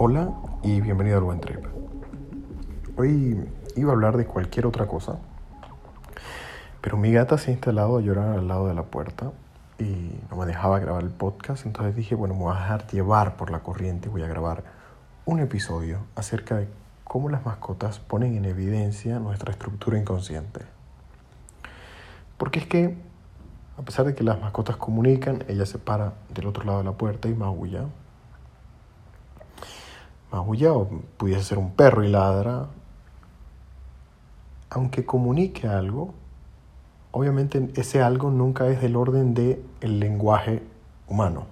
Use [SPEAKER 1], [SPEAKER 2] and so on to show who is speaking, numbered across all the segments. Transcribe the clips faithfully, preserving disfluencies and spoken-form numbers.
[SPEAKER 1] Hola y bienvenido al Buen Trip. Hoy iba a hablar de cualquier otra cosa, pero mi gata se ha instalado a llorar al lado de la puerta y no me dejaba grabar el podcast, entonces dije, bueno, me voy a dejar llevar por la corriente y voy a grabar un episodio acerca de cómo las mascotas ponen en evidencia nuestra estructura inconsciente. Porque es que, a pesar de que las mascotas comunican, ella se para del otro lado de la puerta y maulla. Maulla o pudiese ser un perro y ladra. Aunque comunique algo, obviamente ese algo nunca es del orden del lenguaje humano.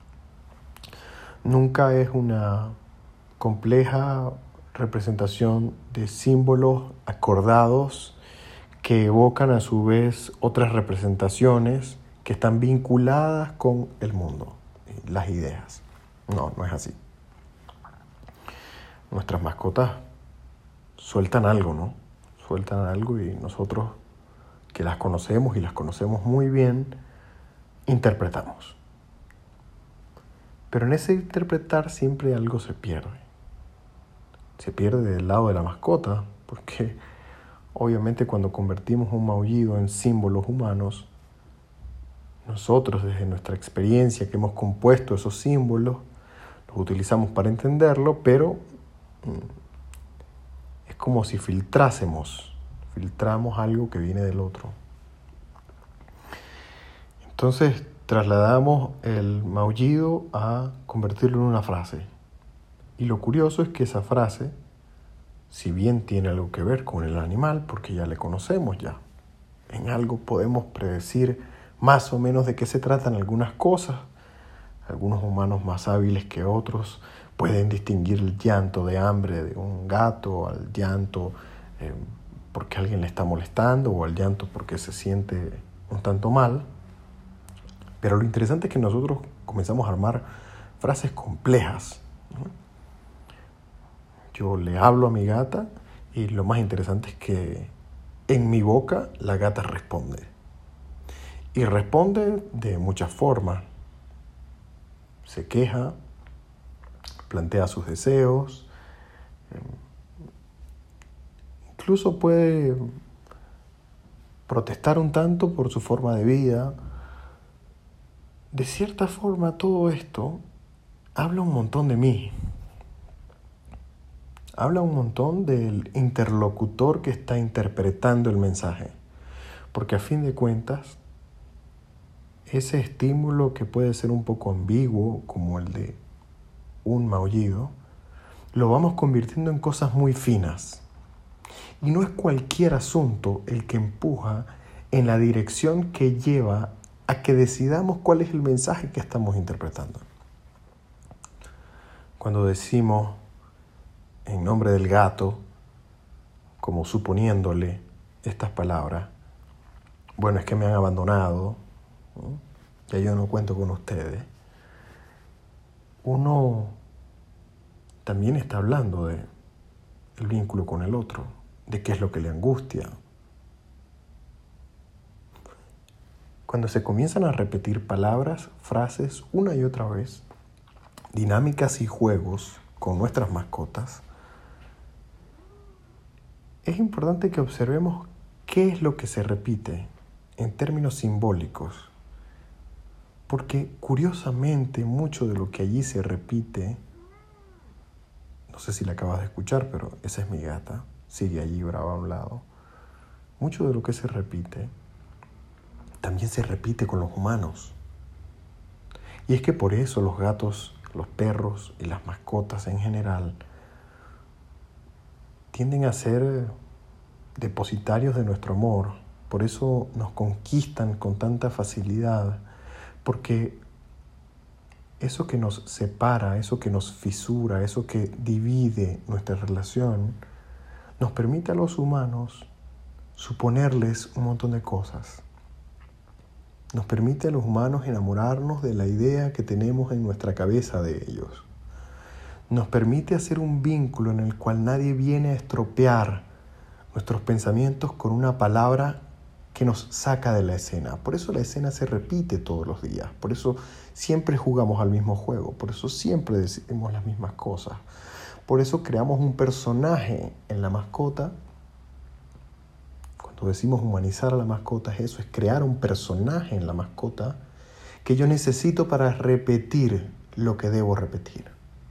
[SPEAKER 1] Nunca es una compleja representación de símbolos acordados que evocan a su vez otras representaciones que están vinculadas con el mundo, las ideas. No, no es así. Nuestras mascotas sueltan algo, ¿no? Sueltan algo y nosotros, que las conocemos y las conocemos muy bien, interpretamos. Pero en ese interpretar siempre algo se pierde. Se pierde del lado de la mascota, porque obviamente cuando convertimos un maullido en símbolos humanos, nosotros desde nuestra experiencia que hemos compuesto esos símbolos, los utilizamos para entenderlo, pero es como si filtrásemos, filtramos algo que viene del otro. Entonces trasladamos el maullido a convertirlo en una frase. Y lo curioso es que esa frase, si bien tiene algo que ver con el animal, porque ya le conocemos ya, en algo podemos predecir más o menos de qué se tratan algunas cosas. Algunos humanos más hábiles que otros pueden distinguir el llanto de hambre de un gato al llanto eh, porque alguien le está molestando o al llanto porque se siente un tanto mal. Pero lo interesante es que nosotros comenzamos a armar frases complejas, ¿no? Yo le hablo a mi gata y lo más interesante es que en mi boca la gata responde. Y responde de muchas formas. Se queja, plantea sus deseos, incluso puede protestar un tanto por su forma de vida. De cierta forma, todo esto habla un montón de mí. Habla un montón del interlocutor que está interpretando el mensaje. Porque a fin de cuentas, ese estímulo que puede ser un poco ambiguo, como el de un maullido, lo vamos convirtiendo en cosas muy finas. Y no es cualquier asunto el que empuja en la dirección que lleva a que decidamos cuál es el mensaje que estamos interpretando. Cuando decimos en nombre del gato, como suponiéndole estas palabras, bueno, es que me han abandonado, ¿no? Ya yo no cuento con ustedes. Uno también está hablando de el vínculo con el otro, de qué es lo que le angustia. Cuando se comienzan a repetir palabras, frases una y otra vez, dinámicas y juegos con nuestras mascotas, es importante que observemos qué es lo que se repite en términos simbólicos. Porque curiosamente mucho de lo que allí se repite, no sé si la acabas de escuchar, pero esa es mi gata, sigue allí brava a un lado. Mucho de lo que se repite también se repite con los humanos. Y es que por eso los gatos, los perros y las mascotas en general tienden a ser depositarios de nuestro amor. Por eso nos conquistan con tanta facilidad. Porque eso que nos separa, eso que nos fisura, eso que divide nuestra relación, nos permite a los humanos suponerles un montón de cosas. Nos permite a los humanos enamorarnos de la idea que tenemos en nuestra cabeza de ellos. Nos permite hacer un vínculo en el cual nadie viene a estropear nuestros pensamientos con una palabra que nos saca de la escena. Por eso la escena se repite todos los días. Por eso siempre jugamos al mismo juego. Por eso siempre decimos las mismas cosas. Por eso creamos un personaje en la mascota. Cuando decimos humanizar a la mascota, es eso, es crear un personaje en la mascota que yo necesito para repetir lo que debo repetir.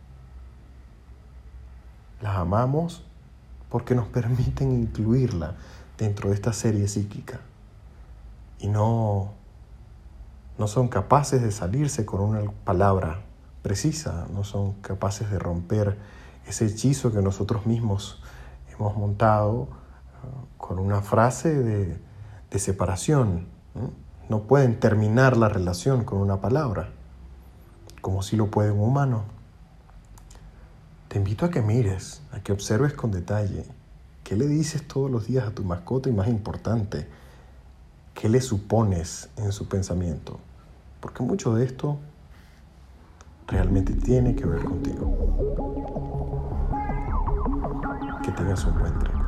[SPEAKER 1] Las amamos porque nos permiten incluirla dentro de esta serie cíclica. Y no, no son capaces de salirse con una palabra precisa, no son capaces de romper ese hechizo que nosotros mismos hemos montado uh, con una frase de, de separación. ¿no? no pueden terminar la relación con una palabra, como si lo puede un humano. Te invito a que mires, a que observes con detalle qué le dices todos los días a tu mascota y, más importante, qué le supones en su pensamiento, porque mucho de esto realmente tiene que ver contigo. Que tengas un buen día.